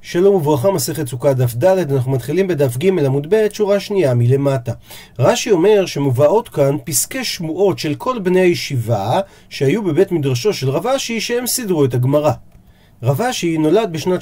שלום וברכה, מסכת סוכה דף ד', אנחנו מתחילים בדף ג' עמוד ב', שורה שנייה מלמטה. רש"י אומר שמובאות כאן פסקי שמועות של כל בני הישיבה שהיו בבית מדרשו של רב אשי, שהם סידרו את הגמרא. רב אשי נולד בשנת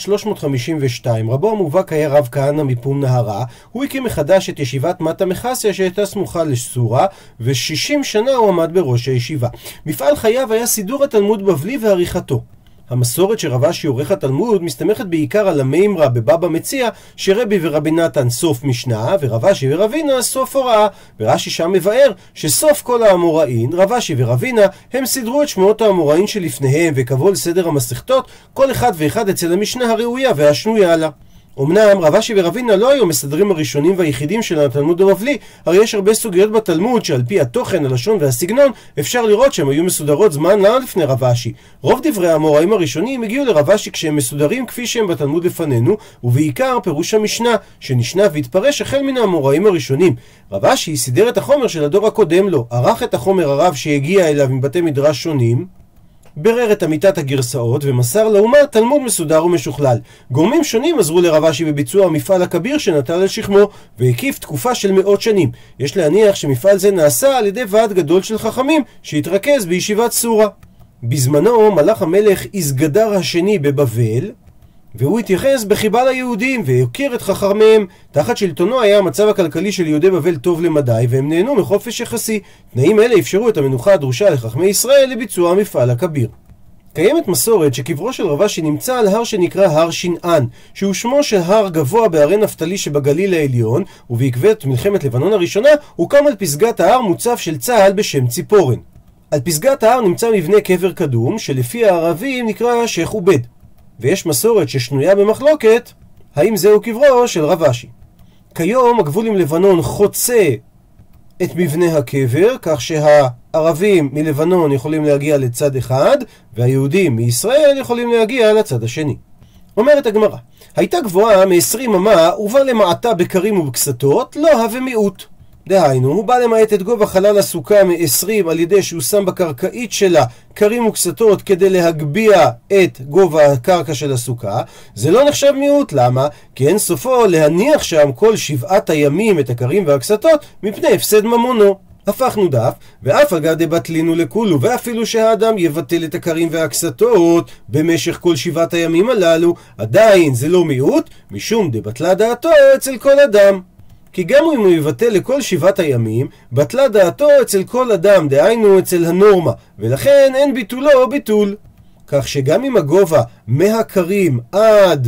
352, רבו המובהק היה רב כהנא מפום נהרה. הוא הקים מחדש את ישיבת מטה מחסיה שהייתה סמוכה לסורה, ו60 שנה הוא עמד בראש הישיבה. מפעל חייו היה סידור התלמוד בבלי ועריכתו. המסורת שרב אשי עורך התלמוד מסתמכת בעיקר על המימרה בבבא מציע שרבי ורבי נתן סוף משנה ורב אשי ורבינה סוף הוראה, ורש"י שם מבאר שסוף כל האמוראים רב אשי ורבינה הם סידרו את שמות האמוראים שלפניהם וקבעו על סדר המסכתות כל אחד ואחד אצל המשנה הראויה והשנויה לה. אמנם רב אשי ורבינה לא היו מסדרים הראשונים והיחידים של התלמוד הבבלי, הרי יש הרבה סוגיות בתלמוד שעל פי התוכן, הלשון והסגנון אפשר לראות שהם היו מסודרות זמן מה לפני רב אשי. רוב דברי האמוראים הראשונים הגיעו לרב אשי כשהם מסודרים כפי שהם בתלמוד לפנינו, ובעיקר פירוש המשנה שנשנה והתפרש החל מן האמוראים הראשונים. רב אשי סידר את החומר של הדור הקודם לו, ערך את החומר הרב שהגיע אליו מבתי מדרש שונים, ברר את אמיתת הגרסאות ומסר לאומה תלמוד מסודר ומשוכלל. גורמים שונים עזרו לרב אשי בביצוע המפעל הכביר שנטל על שכמו והקיף תקופה של מאות שנים. יש להניח שמפעל זה נעשה על ידי ועד גדול של חכמים שהתרכז בישיבת סורה. בזמנו מלך המלך איזגדר השני בבבל, והוא התייחס בחיבה ליהודים והכיר את חכמיהם. תחת שלטונו היה המצב הכלכלי של יהודי בבל טוב למדי, והם נהנו מחופש יחסי. תנאים אלה אפשרו את המנוחה הדרושה לחכמי ישראל לביצוע המפעל הכביר. קיימת מסורת שקברו של רב אשי נמצא על הר שנקרא הר שנען, שהוא שמו של הר גבוה בערי נפתלי שבגליל העליון, ובעקבות מלחמת לבנון הראשונה הוקם על פסגת ההר מוצב של צה"ל בשם ציפורן. על פסגת ההר נמצא מבנה קבר קדום שלפי הערבים נקרא שייח' עובד, ויש מסורת ששנויה במחלוקת האם זהו קברו של רב אשי. כיום הגבול עם לבנון חוצה את מבנה הקבר, כך שהערבים מלבנון יכולים להגיע לצד אחד והיהודים מישראל יכולים להגיע לצד השני. אומרת הגמרא, הייתה גבוהה מ20 אמה ובא למעטה בקרים ובקסתות, לא הווה מיעוט. דהיינו, הוא בא למעט את גובה חלל הסוכה מ20 על ידי שהוא שם בקרקעית שלה קרים וקסתות כדי להגביה את גובה הקרקע של הסוכה. זה לא נחשב מיעוט, למה? כי אין סופו להניח שם כל 7 הימים את הקרים והקסתות מפני הפסד ממונו. הפכנו דף, ואף אגב דבטלינו לכולו, ואפילו שהאדם יבטל את הקרים והקסתות במשך כל 7 הימים הללו, עדיין זה לא מיעוט, משום דבטלה דעתו אצל כל אדם. כי גם אם הוא יבטל לכל 7 הימים, בטלה דעתו אצל כל אדם, דהיינו אצל הנורמה, ולכן אין ביטולו ביטול. כך שגם אם הגובה מהקרים עד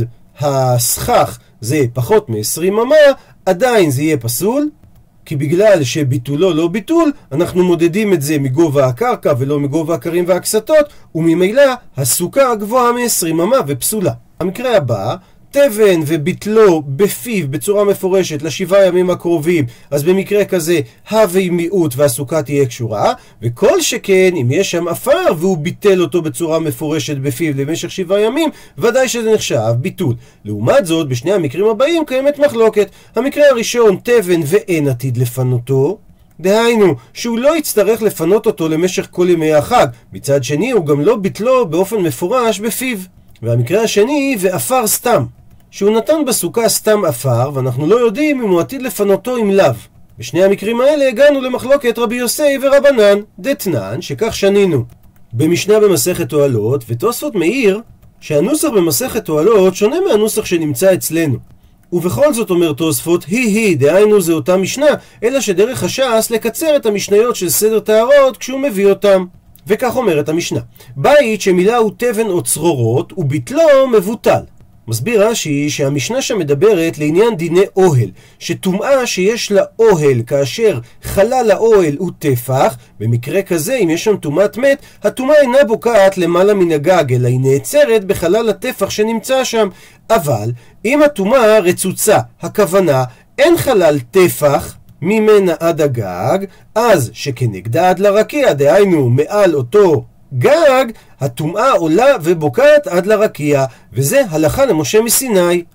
הסכך זה פחות מ20 אמה, עדיין זה יהיה פסול, כי בגלל שביטולו לא ביטול, אנחנו מודדים את זה מגובה הקרקע ולא מגובה הקרים והקסתות, וממילא הסוכה גבוהה מ20 אמה ופסולה. המקרה הבא, תבן וביטלו בפיו בצורה מפורשת ל7 ימים הקרובים, אז במקרה כזה הווי מיעוט והסוכה תהיה קשורה, וכל שכן אם יש שם אפר והוא ביטל אותו בצורה מפורשת בפיו למשך 7 ימים, ודאי שזה נחשב ביטול. לעומת זאת, בשני המקרים הבאים קיימת מחלוקת. המקרה הראשון, תבן ואין עתיד לפנותו, דהיינו שהוא לא יצטרך לפנות אותו למשך כל ימי החג, מצד שני הוא גם לא ביטלו באופן מפורש בפיו. והמקרה השני, ואפר סתם, שהוא נתן בסוכה סתם אפר, ואנחנו לא יודעים אם הוא עתיד לפנותו עם לאו. בשני המקרים האלה הגענו למחלוקת רבי יוסי ורבנן, דתנן, שכך שנינו במשנה במסכת אוהלות, ותוספות מעיר שהנוסח במסכת אוהלות שונה מהנוסח שנמצא אצלנו. ובכל זאת אומר תוספות, היא, דהיינו זה אותה משנה, אלא שדרך הש"ס לקצר את המשניות של סדר טהרות כשהוא מביא אותם. וכך אומרת המשנה, בית שמילאו תבן או צרורות וביטלו מבוטל. מסביר רש"י שהמשנה שמדברת לעניין דיני אוהל, שטומאה שיש לה אוהל כאשר חלל האוהל הוא טפח, במקרה כזה אם יש שם טומאת מת, הטומאה אינה בוקעת למעלה מן הגג, אלא היא נעצרת בחלל הטפח שנמצא שם. אבל אם הטומאה רצוצה, הכוונה אין חלל טפח ממנה עד הגג, אז שכנגדה עד לרקיע, דהיינו מעל אותו גג, הטומאה עולה ובוקעת עד לרקיע, וזה הלכה למשה מסיני.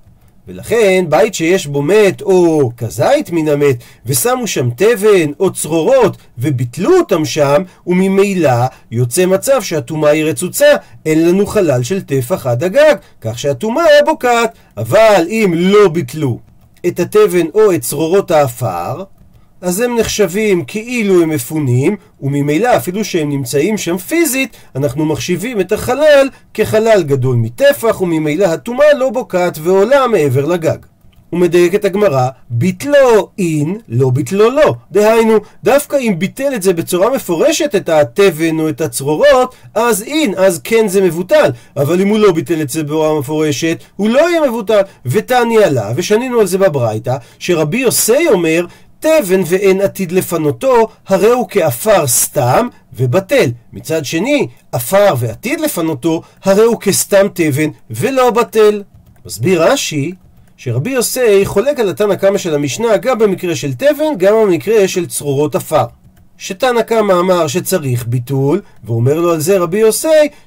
ולכן בית שיש בו מת או כזית מן המת ושמו שם תבן או צרורות וביטלו אותם שם, וממילא יוצא מצב שהטומאה היא רצוצה, אין לנו חלל של טפח עד הגג, כך שהטומאה בוקעת. אבל אם לא ביטלו את התבן או את צרורות האפר, אז הם נחשבים כאילו הם מפונים, וממילא אפילו שהם נמצאים שם פיזית, אנחנו מחשיבים את החלל כחלל גדול מטפח, וממילא הטומאה לא בוקעת ועולה מעבר לגג. ומדייק את הגמרא, ביטלו אין, לא ביטלו לא. דהיינו, דווקא אם ביטל את זה בצורה מפורשת, את התבן או את הצרורות, אז אין, אז כן זה מבוטל. אבל אם הוא לא ביטל את זה בצורה מפורשת, הוא לא יהיה מבוטל. ותעני עליו, ושנינו על זה בברייתא, שרבי יוסי אומר, תבן ואין עתיד לפנותו, הרי הוא כאפר סתם ובטל. מצד שני, אפר ועתיד לפנותו, הרי הוא כסתם תבן ולא בטל. מסביר רש"י שרבי יוסי חולק על התנא קמא של המשנה גם במקרה של תבן, גם במקרה של צרורות אפר. שתנא קמא אמר שצריך ביטול, ואומר לו על זה רבי יוסי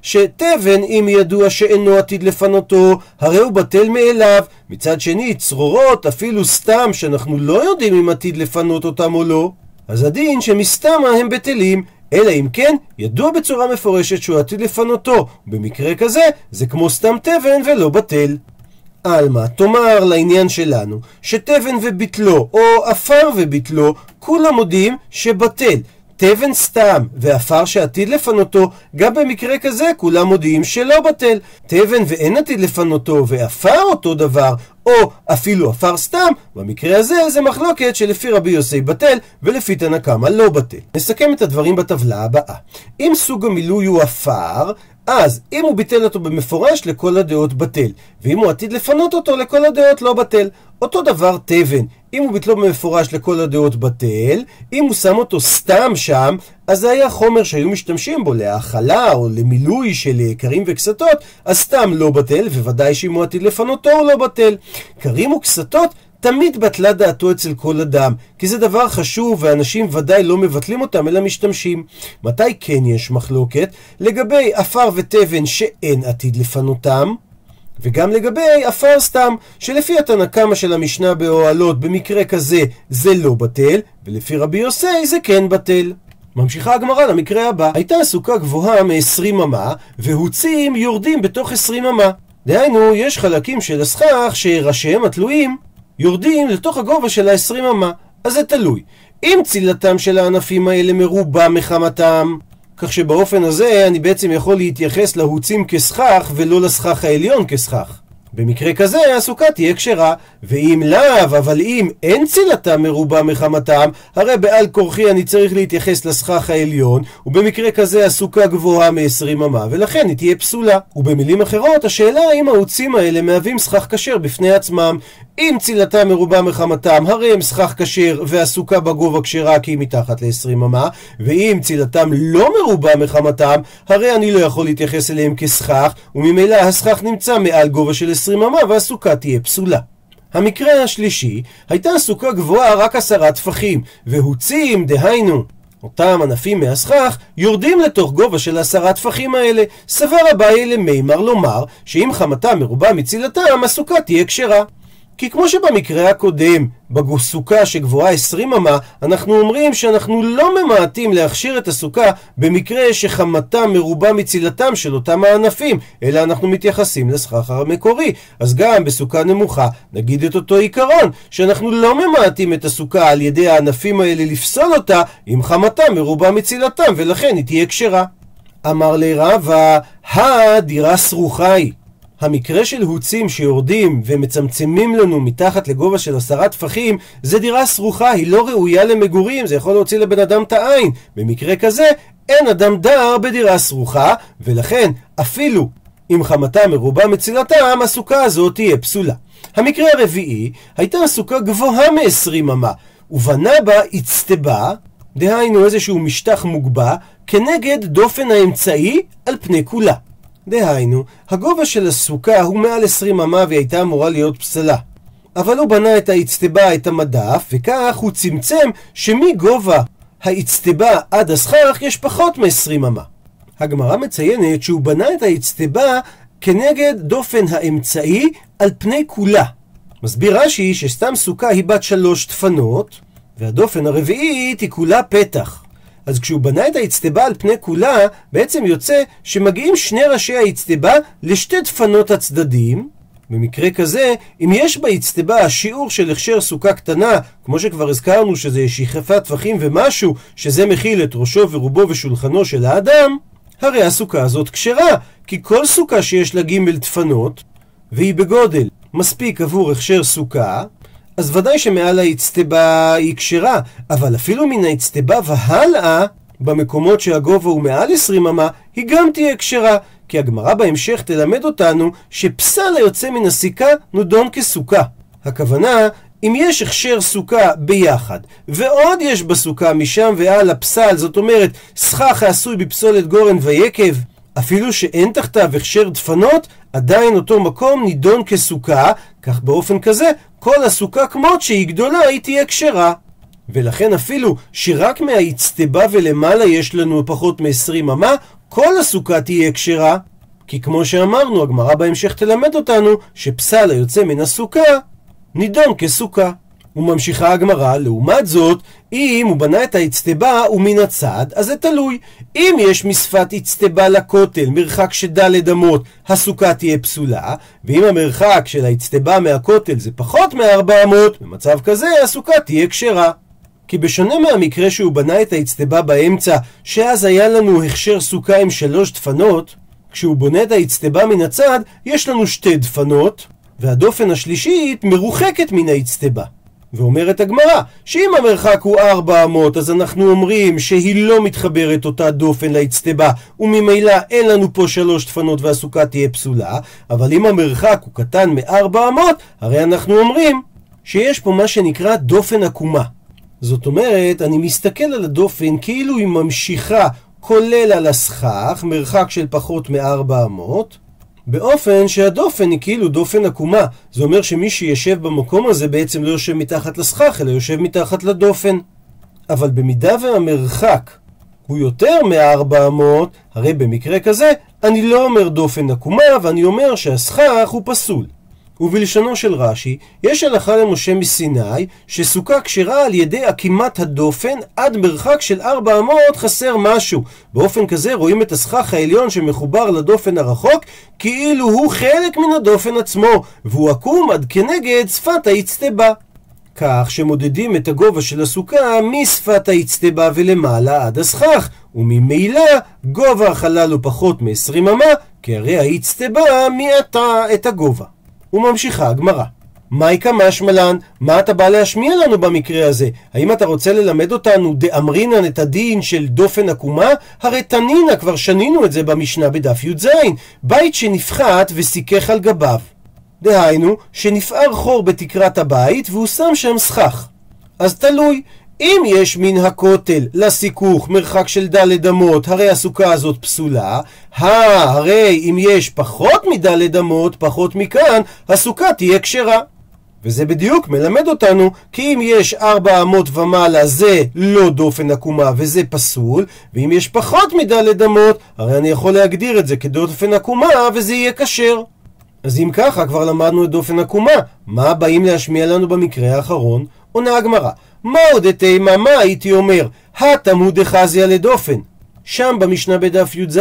שתבן אם ידוע שאינו עתיד לפנותו, הרי הוא בטל מאליו. מצד שני, צרורות אפילו סתם שאנחנו לא יודעים אם עתיד לפנות אותם או לא, אז הדין שמסתמה הם בטלים, אלא אם כן ידוע בצורה מפורשת שהוא עתיד לפנותו. במקרה כזה זה כמו סתם תבן ולא בטל. אלמה, תאמר לעניין שלנו שתבן וביטלו או אפר וביטלו כולם מודים שבטל. תבן סתם ואפר שעתיד לפנותו, גם במקרה כזה כולם מודיעים שלא בטל. תבן ואין עתיד לפנותו ואפר אותו דבר, או אפילו אפר סתם, במקרה הזה זה מחלוקת שלפי רבי יוסי בטל ולפי תנא קמא לא בטל. נסכם את הדברים בטבלה הבאה. אם סוג המילוי הוא אפר, אז אם הוא ביטל אותו במפורש לכל הדעות בטל, ואם הוא עתיד לפנות אותו לכל הדעות לא בטל. אותו דבר תבן, אם הוא ביטלו במפורש לכל הדעות בטל, אם הוא שם אותו סתם שם, אז זה היה חומר שהיו משתמשים בו להאכלה או למילוי של קרים וקסתות, אז סתם לא בטל, וודאי שאם הוא עתיד לפנותו הוא לא בטל. קרים וקסתות תמיד בטלה דעתו אצל כל אדם, כי זה דבר חשוב ואנשים ודאי לא מבטלים אותם אלא משתמשים. מתי כן יש מחלוקת? לגבי אפר ותבן שאין עתיד לפנותם, וגם לגבי אפר סתם, שלפי התנא קמא של המשנה באוהלות במקרה כזה זה לא בטל, ולפי רבי יוסי זה כן בטל. ממשיכה הגמרא למקרה הבא. הייתה סוכה גבוהה מ-20 אמה, והוצים יורדים בתוך 20 אמה. דהיינו, יש חלקים של הסכך שראשיהם התלויים יורדים לתוך הגובה של 20 אמה. אז זה תלוי. אם צילתם של הענפים האלה מרובה מחמתם, כך שבאופן הזה אני בעצם יכול להתייחס להוצים כסכך ולא לסכך העליון כסכך. במקרה כזה הסוכה תהיה כשרה, ואם לאו, אבל אם אין צילתה מרובה מחמתם, הרי בעל כורחי אני צריך להתייחס לסכך העליון, ובמקרה כזה הסוכה גבוהה מ-20 אמה, ולכן היא תהיה פסולה. ובמילים אחרות, השאלה האם העוצים האלה מהווים סכך כשר בפני עצמם. אם צילתה מרובה מחמתם, הרי הם סכך כשר והסוכה בגובה כשרה כי היא מתחת ל-20 אמה, ואם צילתם לא מרובה מחמתם, הרי אני לא יכול להתייחס אליהם כסכך, וממילא הסכך נמצא מעל גובה של 20 אמה והסוכה תהיה פסולה. המקרה השלישי, הייתה הסוכה גבוהה רק 10 טפחים, והוצים, דהיינו אותם ענפים מהסכך, יורדים לתוך גובה של 10 טפחים האלה. סבר אביי למימר לומר שאם חמתם מרובה מצילתם, הסוכה תהיה כשרה. כי כמו שבמקרה הקודם, בסוכה שגבוהה 20 אמה, אנחנו אומרים שאנחנו לא ממעטים להכשיר את הסוכה במקרה שחמתם מרובה מצילתם של אותם הענפים, אלא אנחנו מתייחסים לסכך המקורי. אז גם בסוכה נמוכה נגיד את אותו עיקרון, שאנחנו לא ממעטים את הסוכה על ידי הענפים האלה לפסול אותה אם חמתם מרובה מצילתם, ולכן היא תהיה כשרה. אמר לי רבא, דירה סרוכה היא. המקרה של הוצים שיורדים ומצמצמים לנו מתחת לגובה של 10 טפחים, זה דירה סרוכה, היא לא ראויה למגורים, זה יכול להוציא לבן אדם את העין. במקרה כזה אין אדם דר בדירה סרוכה, ולכן אפילו אם חמתה מרובה מצילתם, הסוכה הזאת תהיה פסולה. המקרה הרביעי, הייתה הסוכה גבוהה מ-20 אמה, ובנה בה אצטבה, דהיינו איזשהו משטח מוגבה, כנגד דופן האמצעי על פני כולה. דהיינו, הגובה של הסוכה הוא מעל 20 אמה והיא הייתה אמורה להיות פסלה. אבל הוא בנה את האצטבה, את המדף, וכך הוא צמצם שמגובה האצטבה עד הסכך יש פחות מ-20 אמה. הגמרא מציינת שהוא בנה את האצטבה כנגד דופן האמצעי על פני כולה. מסביר רש"י שסתם סוכה היא בת 3 דפנות, והדופן הרביעית היא כולה פתח. אז כשהוא בנה את האצטבה על פני כולה, בעצם יוצא שמגיעים שני ראשי האצטבה לשתי דפנות הצדדים. במקרה כזה, אם יש באצטבה שיעור של הכשר סוכה קטנה, כמו שכבר הזכרנו שזה שכחת טפחים ומשהו, שזה מכיל את ראשו ורובו ושולחנו של האדם, הרי הסוכה הזאת כשרה, כי כל סוכה שיש לה ג' דפנות, והיא בגודל מספיק עבור הכשר סוכה, אז ודאי שמעל האצטבה היא כשרה, אבל אפילו מן האצטבה והלאה, במקומות שהגובה הוא מעל 20 אמה, היא גם תהיה כשרה, כי הגמרא בהמשך תלמד אותנו שפסל היוצא מן הסיכה נודון כסוכה. הכוונה, אם יש הכשר סוכה ביחד, ועוד יש בסוכה משם ועל הפסל, זאת אומרת, סכך העשוי בפסולת גורן ויקב, אפילו שאין תחתיו הכשר דפנות, עדיין אותו מקום נידון כסוכה, כך באופן כזה, כל הסוכה כמות שהיא גדולה היא תהיה כשרה. ולכן אפילו שרק מהאצטבה ולמעלה יש לנו פחות מ-20 אמה, כל הסוכה תהיה כשרה, כי כמו שאמרנו, הגמרא בהמשך תלמד אותנו שפסל היוצא מן הסוכה נידון כסוכה. וממשיכה הגמרא, לעומת זאת, אם הוא בנה את האצטבה ומן הצד, אז זה תלוי. אם יש משפת אצטבה לכותל מרחק שד' אמות, הסוכה תהיה פסולה, ואם המרחק של האצטבה מהכותל זה פחות מ400, במצב כזה הסוכה תהיה כשרה. כי בשונה מהמקרה שהוא בנה את האצטבה באמצע, שאז היה לנו הכשר סוכה עם 3 דפנות, כשהוא בונה את האצטבה מן הצד, יש לנו 2 דפנות, והדופן השלישית מרוחקת מן האצטבה. ואומרת הגמרא, שאם המרחק הוא 400, אז אנחנו אומרים שהיא לא מתחברת אותה דופן לאצטבה, וממילא אין לנו פה 3 דפנות והסוכה תהיה פסולה, אבל אם המרחק הוא קטן מ400, הרי אנחנו אומרים שיש פה מה שנקרא דופן עקומה. זאת אומרת, אני מסתכל על הדופן כאילו היא ממשיכה כולל על הסכך, מרחק של פחות מ400, באופן שהדופן היא כאילו דופן עקומה. זה אומר שמי שישב במקום הזה בעצם לא יושב מתחת לסכך, אלא יושב מתחת לדופן. אבל במידה והמרחק הוא יותר מ400, הרי במקרה כזה אני לא אומר דופן עקומה, ואני אומר שהסכך הוא פסול. ובלשונו של רש"י, יש הלכה למשה מסיני שסוכה כשרה על ידי עקימת הדופן עד מרחק של 400 חסר משהו. באופן כזה רואים את הסכך העליון שמחובר לדופן הרחוק כאילו הוא חלק מן הדופן עצמו, והוא עקום עד כנגד שפת האצטבה. כך שמודדים את הגובה של הסוכה משפת האצטבה ולמעלה עד הסכך, וממילא גובה החלל הוא פחות מ20 אמה, כי הרי האצטבה מעטה את הגובה. וממשיכה הגמרא. מייקה משמלן, מה אתה בא להשמיע לנו במקרה הזה? האם אתה רוצה ללמד אותנו דאמרינן את הדין של דופן עקומה? הרי תנינה, כבר שנינו את זה במשנה בדף י"ז, בית שנפחת וסיכך על גביו. דהיינו, שנפער חור בתקרת הבית והוא שם שם סכך. אז תלוי, אם יש מן הכותל לסיכוך מרחק של ד' אמות, הרי הסוכה הזאת פסולה. הרי אם יש פחות מד' אמות, פחות מכאן, הסוכה תהיה כשרה. וזה בדיוק מלמד אותנו, כי אם יש 4 אמות ומעלה זה לא דופן עקומה וזה פסול, ואם יש פחות מד' אמות, הרי אני יכול להגדיר את זה כדופן עקומה וזה יהיה כשר. אז אם ככה כבר למדנו את דופן עקומה, מה באים להשמיע לנו במקרה האחרון? עונה הגמרא, מה עוד התאמה? מה הייתי אומר? התמוד דחזיה לדופן. שם במשנה בדף י"ז,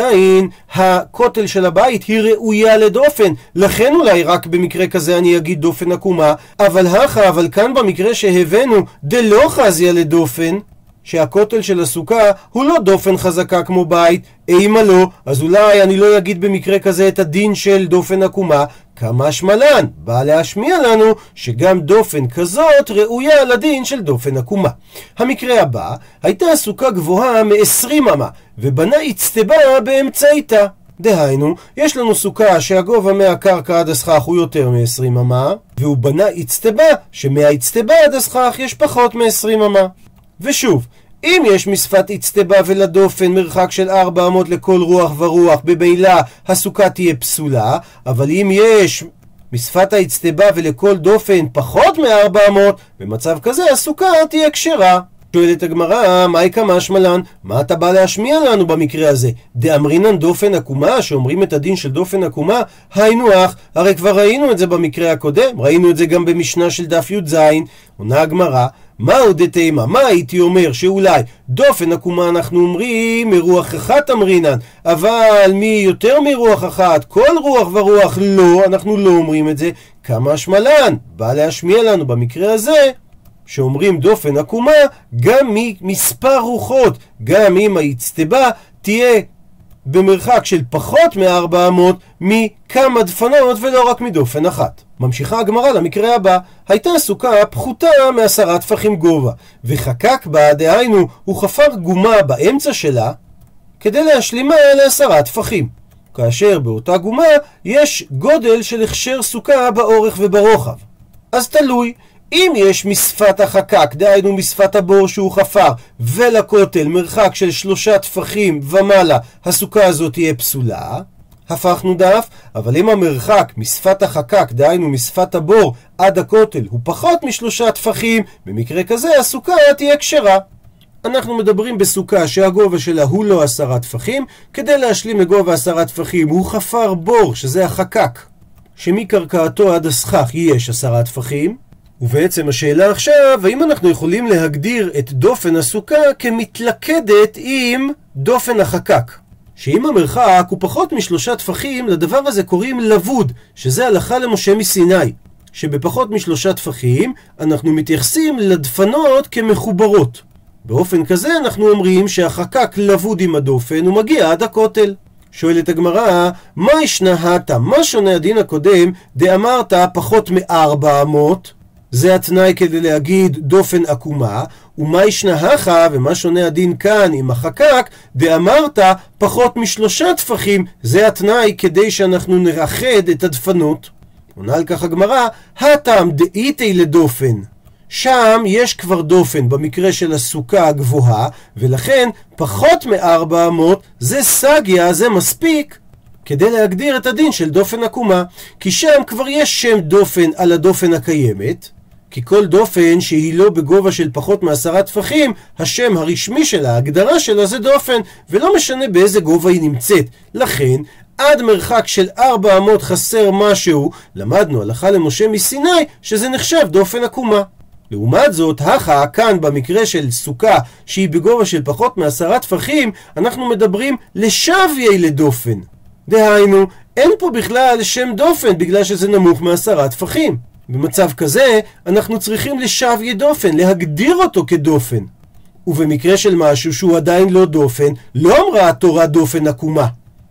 הכותל של הבית היא ראויה לדופן, לכן אולי רק במקרה כזה אני אגיד דופן עקומה, אבל כאן במקרה שהבאנו דלא חזיה לדופן, שהכותל של הסוכה הוא לא דופן חזקה כמו בית, אימה לא, אז אולי אני לא אגיד במקרה כזה את הדין של דופן עקומה. כמה שמלן בא להשמיע לנו שגם דופן כזאת ראויה לדין של דופן עקומה. המקרה הבא, הייתה הסוכה גבוהה מ20 אמה ובנה אצטבה באמצעיתה. דהיינו, יש לנו סוכה שהגובה מהקרקע עד הסכך הוא יותר מ20 אמה, והוא בנה אצטבה שמהאצטבה עד הסכך יש פחות מ20 אמה. ושוב, אם יש משפת אצטבה ולדופן מרחק של 400 לכל רוח ורוח, במילא הסוכה תהיה פסולה, אבל אם יש משפת האצטבה ולכל דופן פחות מ400, במצב כזה הסוכה תהיה כשרה. שואלת הגמרא, מהי כמשמע לן? מה אתה בא להשמיע לנו במקרה הזה? דאמרינן דופן עקומה, שאומרים את הדין של דופן עקומה, היינו אח, הרי כבר ראינו את זה במקרה הקודם, ראינו את זה גם במשנה של דף י"ז. עונה הגמרא, מהו דתימה? מה הייתי אומר שאולי דופן עקומה אנחנו אומרים מרוח אחת אמרינן, אבל מי יותר מרוח אחת, כל רוח ורוח לא, אנחנו לא אומרים את זה. כמשמע לן? בא להשמיע לנו במקרה הזה שאומרים דופן עקומה גם ממספר רוחות, גם אם האצטבה תהיה במרחק של פחות מ-400 מכמה דפנות ולא רק מדופן אחת. ממשיכה הגמרא למקרה הבא, הייתה סוכה פחותה מ10 טפחים גובה, וחקק בה, דהיינו הוא חפר גומה באמצע שלה כדי להשלימה ל10 טפחים, כאשר באותה גומה יש גודל של הכשר סוכה באורך וברוחב. אז תלוי, אם יש משפת החקק, דהיינו משפת הבור שהוא חפר, ולכותל מרחק של 3 טפחים ומעלה, הסוכה הזאת תהיה פסולה, הפכנו דף. אבל אם המרחק משפת החקק, דהיינו משפת הבור, עד הכותל הוא פחות מ3 טפחים, במקרה כזה הסוכה תהיה כשרה. אנחנו מדברים בסוכה שהגובה שלה הוא לא 10 טפחים, כדי להשלים לגובה 10 טפחים הוא חפר בור, שזה החקק, שמקרקעתו עד הסכך יש 10 טפחים. ובעצם השאלה עכשיו, האם אנחנו יכולים להגדיר את דופן הסוכה כמתלכדת עם דופן החקק? שאם המרחק הוא פחות מ3 טפחים, לדבר הזה קוראים לבוד, שזה הלכה למשה מסיני, שבפחות מ3 טפחים אנחנו מתייחסים לדפנות כמחוברות. באופן כזה אנחנו אומרים שהחקק לבוד עם הדופן ומגיע עד הכותל. שואלת הגמרא, מה ישנהת? מה שונה הדין הקודם דאמרת פחות מ400? זה התנאי כדי להגיד דופן עקומה. ומה ישנהך, ומה שונה הדין כאן עם החקק, דאמרת פחות מ3 טפחים, זה התנאי כדי שאנחנו נרחד את הדפנות. עונה על כך הגמרא, הטעם דאיתי לדופן, שם יש כבר דופן במקרה של הסוכה הגבוהה, ולכן פחות מ400 זה סגיה, זה מספיק כדי להגדיר את הדין של דופן עקומה, כי שם כבר יש שם דופן על הדופן הקיימת, כי כל דופן שהיא לא בגובה של פחות מ10 טפחים, השם הרשמי שלה, ההגדרה שלה זה דופן, ולא משנה באיזה גובה היא נמצאת. לכן, עד מרחק של 400 חסר משהו, למדנו הלכה למשה מסיני שזה נחשב דופן עקומה. לעומת זאת, כאן במקרה של סוכה שהיא בגובה של פחות מ10 טפחים, אנחנו מדברים לשוויי לדופן. דהיינו, אין פה בכלל שם דופן בגלל שזה נמוך מ10 טפחים. במצב כזה, אנחנו צריכים לשוויי דופן, להגדיר אותו כדופן. ובמקרה של משהו שהוא עדיין לא דופן, לא אמרה התורה דופן עקומה.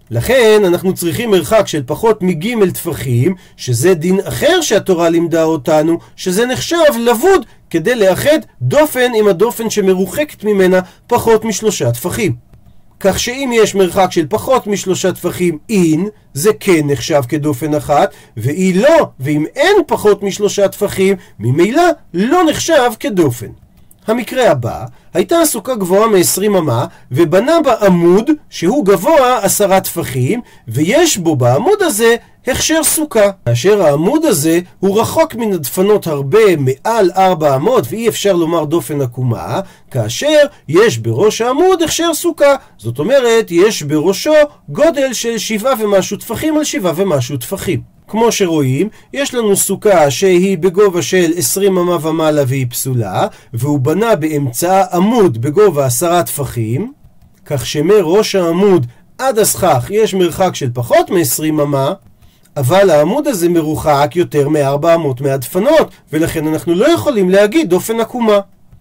לכן אנחנו צריכים מרחק של פחות מג' טפחים, שזה דין אחר שהתורה לימדה אותנו, שזה נחשב לבוד, כדי לאחד דופן עם הדופן שמרוחקת ממנה פחות מ3 טפחים. כך שאם יש מרחק של פחות מ3 טפחים אין, זה כן נחשב כדופן אחת, והיא לא, ואם אין פחות מ3 טפחים, ממילא לא נחשב כדופן. המקרה הבא, הייתה הסוכה גבוהה מ20 אמה, ובנה בה עמוד שהוא גבוה 10 טפחים, ויש בו בעמוד הזה הכשר סוכה. כאשר העמוד הזה הוא רחוק מן הדפנות הרבה מעל 400, ואי אפשר לומר דופן עקומה, כאשר יש בראש העמוד הכשר סוכה. זאת אומרת, יש בראשו גודל של 7 ומשהו טפחים על 7 ומשהו טפחים. כמו שרואים, יש לנו סוכה שהיא בגובה של 20 אמה ומעלה והיא פסולה, והוא בנה באמצעה עמוד בגובה 10 טפחים, כך שמראש העמוד עד הסכך יש מרחק של פחות מ20 אמה, אבל העמוד הזה מרוחק יותר מ400 מהדפנות, ולכן אנחנו לא יכולים להגיד דופן עקומה.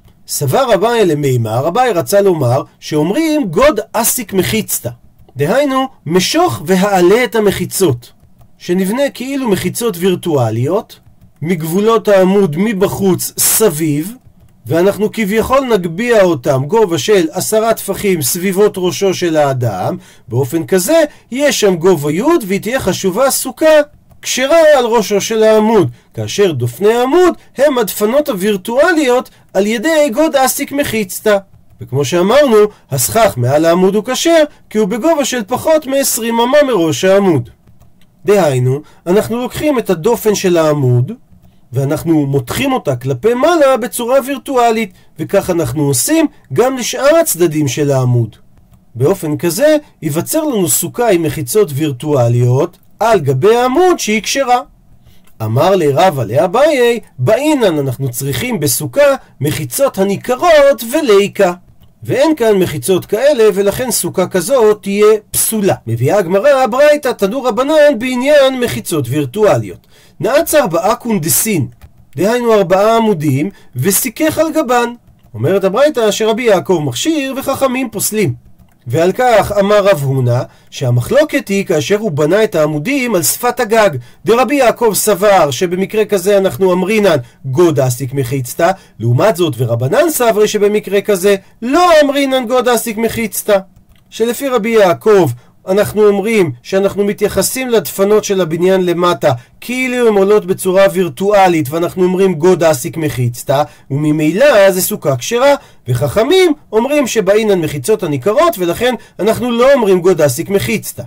סבר אביי למימר, אביי רצה לומר שאומרים גוד אסיק מחיצתא, דהיינו משוך והעלה את המחיצות, שנבנה כאילו מחיצות וירטואליות מגבולות העמוד מבחוץ סביב, ואנחנו כביכול נגביע אותם גובה של 10 טפחים סביבות ראשו של האדם. באופן כזה יש שם גובה י' והיא תהיה חשובה סוכה כשרה על ראשו של העמוד, כאשר דופני העמוד הם הדפנות הווירטואליות על ידי גוד אסיק מחיצתא. וכמו שאמרנו, הסכך מעל העמוד הוא כשר כי הוא בגובה של פחות מ20 אמה מראש העמוד. דהיינו, אנחנו לוקחים את הדופן של העמוד ואנחנו מותחים אותה כלפי מעלה בצורה וירטואלית, וכך אנחנו עושים גם לשאר הצדדים של העמוד. באופן כזה ייווצר לנו סוכה עם מחיצות וירטואליות על גבי העמוד שהיא כשרה. אמר לרבא לאביי, באינן אנחנו צריכים בסוכה מחיצות הניכרות וליקה. ואין כאן מחיצות כאלה, ולכן סוכה כזאת תהיה פסולה. מביאה הגמרא ברייתא תנו רבנן בעניין מחיצות וירטואליות. נעץ 4 קונדסין, דהיינו 4 עמודים, וסיכך על גבן. אומרת הברייתא שרבי יעקב מכשיר וחכמים פוסלים. ועל כך אמר רב הונא שהמחלוקת היא כאשר הוא בנה את העמודים על שפת הגג. דרבי יעקב סבר שבמקרה כזה אנחנו אמרינן גוד אסיק מחיצתא, לעומת זאת ורבנן סברי שבמקרה כזה לא אמרינן גוד אסיק מחיצתא. שלפי רבי יעקב אנחנו אומרים שאנחנו מתייחסים לדפנות של הבניין למטה כאילו הן עולות בצורה וירטואלית, ואנחנו אומרים גוד אסיק מחיצתא, וממילא זה סוכה כשרה. וחכמים אומרים שבאינן מחיצות הניכרות, ולכן אנחנו לא אומרים גוד אסיק מחיצתא.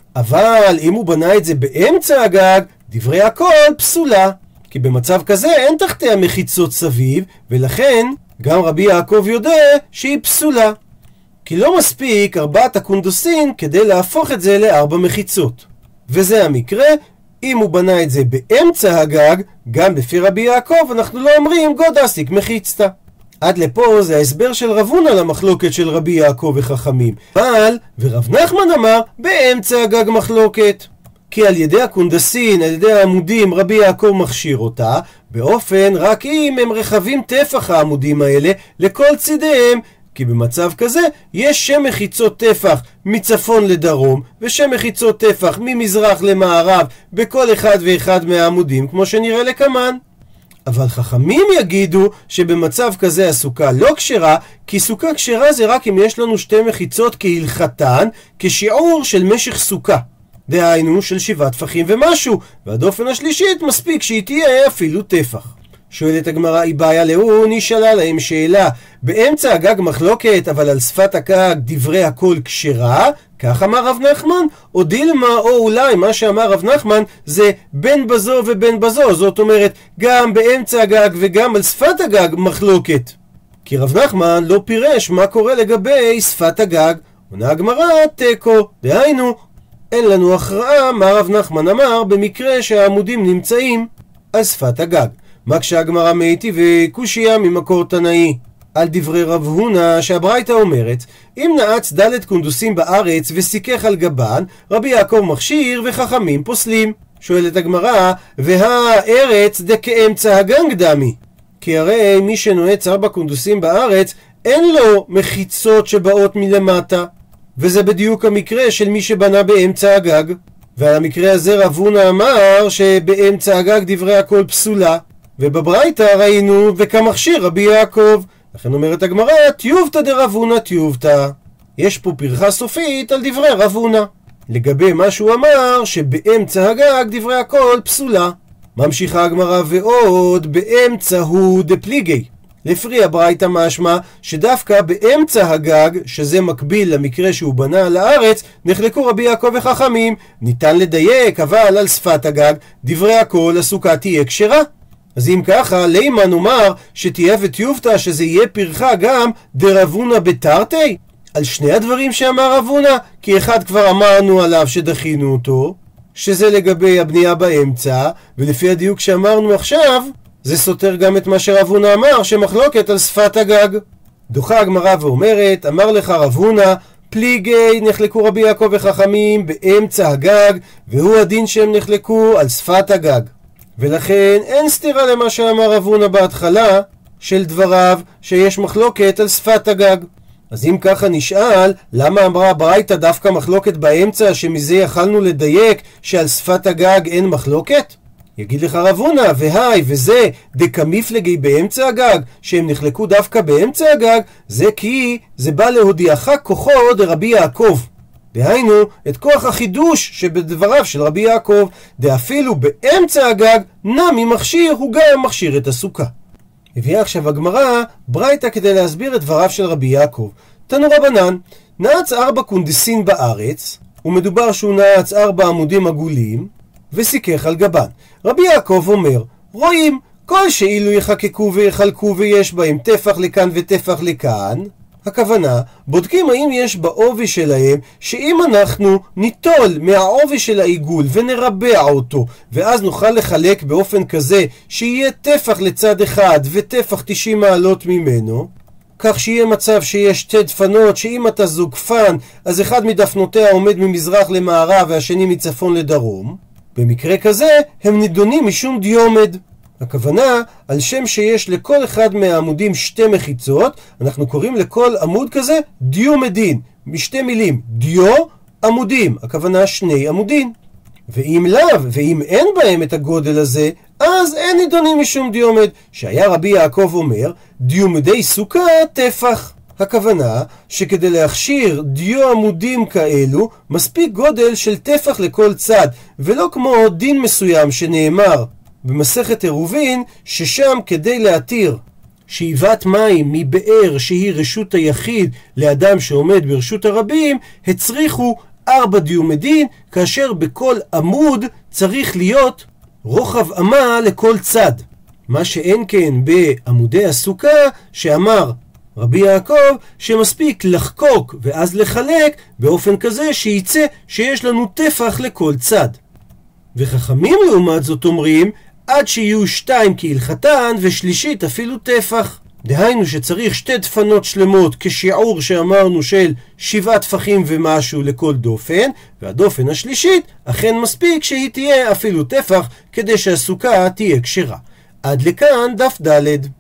אבל אם הוא בנה את זה באמצע הגג, דברי הכל פסולה, כי במצב כזה אין תחתיה מחיצות סביב, ולכן גם רבי יעקב יודע שהיא פסולה. כי לא מספיק 4 הקונדסין כדי להפוך את זה ל4 מחיצות. וזה המקרה, אם הוא בנה את זה באמצע הגג, גם לפי רבי יעקב אנחנו לא אומרים גוד אסיק מחיצתא. עד לפה זה ההסבר של רב הונא למחלוקת של רבי יעקב וחכמים. אבל, ורב נחמן אמר, באמצע הגג מחלוקת. כי על ידי הקונדסין, על ידי העמודים, רבי יעקב מכשיר אותה, באופן רק אם הם רחבים טפח העמודים האלה לכל צידיהם, כי במצב כזה יש שם מחיצות טפח מצפון לדרום ושם מחיצות טפח ממזרח למערב בכל אחד ואחד מהעמודים, כמו שנראה לקמן. אבל חכמים יגידו שבמצב כזה הסוכה לא כשרה, כי סוכה כשרה זה רק אם יש לנו 2 מחיצות כהלכתן, כשיעור של משך סוכה, דהיינו של 7 טפחים ומשהו, והדופן השלישית מספיק שהיא תהיה אפילו טפח. שואלת הגמרא, היא בעיה לאו, נשאלה להם שאלה, באמצע הגג מחלוקת, אבל על שפת הגג דברי הכל כשרה? כך אמר רב נחמן? או דילמה, או אולי מה שאמר רב נחמן זה בין בזו ובין בזו, זאת אומרת גם באמצע הגג וגם על שפת הגג מחלוקת. כי רב נחמן לא פירש מה קורה לגבי שפת הגג. עונה הגמרא תיקו, דהיינו אין לנו הכרעה מה רב נחמן אמר במקרה שהעמודים נמצאים על שפת הגג. מה כשהגמרא מייתי וקושיה ממקור תנאי על דברי רב הונא שהברייתא אומרת, אם נעץ 4 קונדסים בארץ וסיכך על גבן, רבי יעקב מכשיר וחכמים פוסלים. שואלת הגמרא, והארץ דכאמצע הגג דמי, כי הרי מי שנועץ 4 קונדסים בארץ אין לו מחיצות שבאות מלמטה, וזה בדיוק המקרה של מי שבנה באמצע הגג. ועל המקרה הזה רב הונא אמר שבאמצע הגג דברי הכל פסולה, ובברייתא ראינו וכמכשיר רבי יעקב. לכן אומרת הגמרא, תיובתא דרב הונא תיובתא. יש פה פרחה סופית על דברי רב הונא לגבי מה שהוא אמר שבאמצע הגג דברי הכל פסולה. ממשיכה הגמרא ועוד, באמצע הוא דפליגי. לפרי הברייתא משמע שדווקא באמצע הגג, שזה מקביל למקרה שהוא בנה על הארץ, נחלקו רבי יעקב וחכמים. ניתן לדייק, אבל על שפת הגג דברי הכל הסוכה תהיה כשרה. אז אם ככה, לימה נאמר שתהיה ותיובתא שזה יהיה פרחה גם דרב הונא בתרתי? על שני הדברים שאמר רב הונא, כי אחד כבר אמרנו עליו שדחינו אותו, שזה לגבי הבנייה באמצע, ולפי הדיוק שאמרנו עכשיו, זה סותר גם את מה שרב הונא אמר, שמחלוקת על שפת הגג. דוחה הגמרא ואומרת, אמר לך רב הונא, פליגי נחלקו רבי יעקב וחכמים באמצע הגג, והוא הדין שהם נחלקו על שפת הגג. ולכן אין סתירה למה שאמר רב הונא בהתחלה של דבריו שיש מחלוקת על שפת הגג. אז אם ככה נשאל, למה אמרה הברייתא דווקא מחלוקת באמצע, שמזה יכלנו לדייק שעל שפת הגג אין מחלוקת? יגיד לך רב הונא, והי וזה דקמיפלגי באמצע הגג, שהם נחלקו דווקא באמצע הגג, זה כי זה בא להודיעך כוחו דרבי יעקב. דהיינו, את כוח החידוש שבדבריו של רבי יעקב, דאפילו באמצע הגג נמי מכשיר, הוא גם מכשיר את הסוכה. הביאה עכשיו הגמרא ברייתא כדי להסביר את דבריו של רבי יעקב. תנו רבנן, נעץ 4 קונדסין בארץ, ומדובר שהוא נעץ 4 עמודים עגולים, וסיכך על גבן. רבי יעקב אומר, רואים, כל שאילו יחקקו ויחלקו ויש בהם טפח לכאן וטפח לכאן, הכוונה, בודקים האם יש בעובי שלהם, שאם אנחנו ניטול מהעובי של העיגול ונרבע אותו, ואז נוכל לחלק באופן כזה שיהיה טפח לצד אחד וטפח 90 מעלות ממנו, כך שיהיה מצב שיש שתי דפנות שאם אתה זוגפן, אז אחד מדפנותיה עומד ממזרח למערב והשני מצפון לדרום. במקרה כזה הם נידונים משום דיומד. הכוונה, על שם שיש לכל אחד מהעמודים שתי מחיצות, אנחנו קוראים לכל עמוד כזה דיומדין, משתי מילים, דיו, עמודים, הכוונה שני עמודים. ואם לאו, ואם אין בהם את הגודל הזה, אז אין נידונים משום דיומד, שהיה רבי יעקב אומר, דיומדי סוכה טפח. הכוונה שכדי להכשיר דיו עמודים כאלו, מספיק גודל של טפח לכל צד, ולא כמו דין מסוים שנאמר במסכת עירובין, ששם כדי להתיר שאיבת מים מבאר שהיא רשות היחיד לאדם שעומד ברשות הרבים, הצריכו 4 דיומדין, כאשר בכל עמוד צריך להיות רוחב אמה לכל צד. מה שאין כן בעמודי הסוכה, שאמר רבי יעקב שמספיק לחקוק ואז לחלק באופן כזה שייצא שיש לנו טפח לכל צד. וחכמים לעומת זאת אומרים עד שיהיו 2 כהלכתן ושלישית אפילו טפח. דהיינו שצריך 2 דפנות שלמות כשיעור שאמרנו של 7 טפחים ומשהו לכל דופן, והדופן השלישית אכן מספיק שהיא תהיה אפילו טפח כדי שהסוכה תהיה כשרה. עד לכאן דף ד'.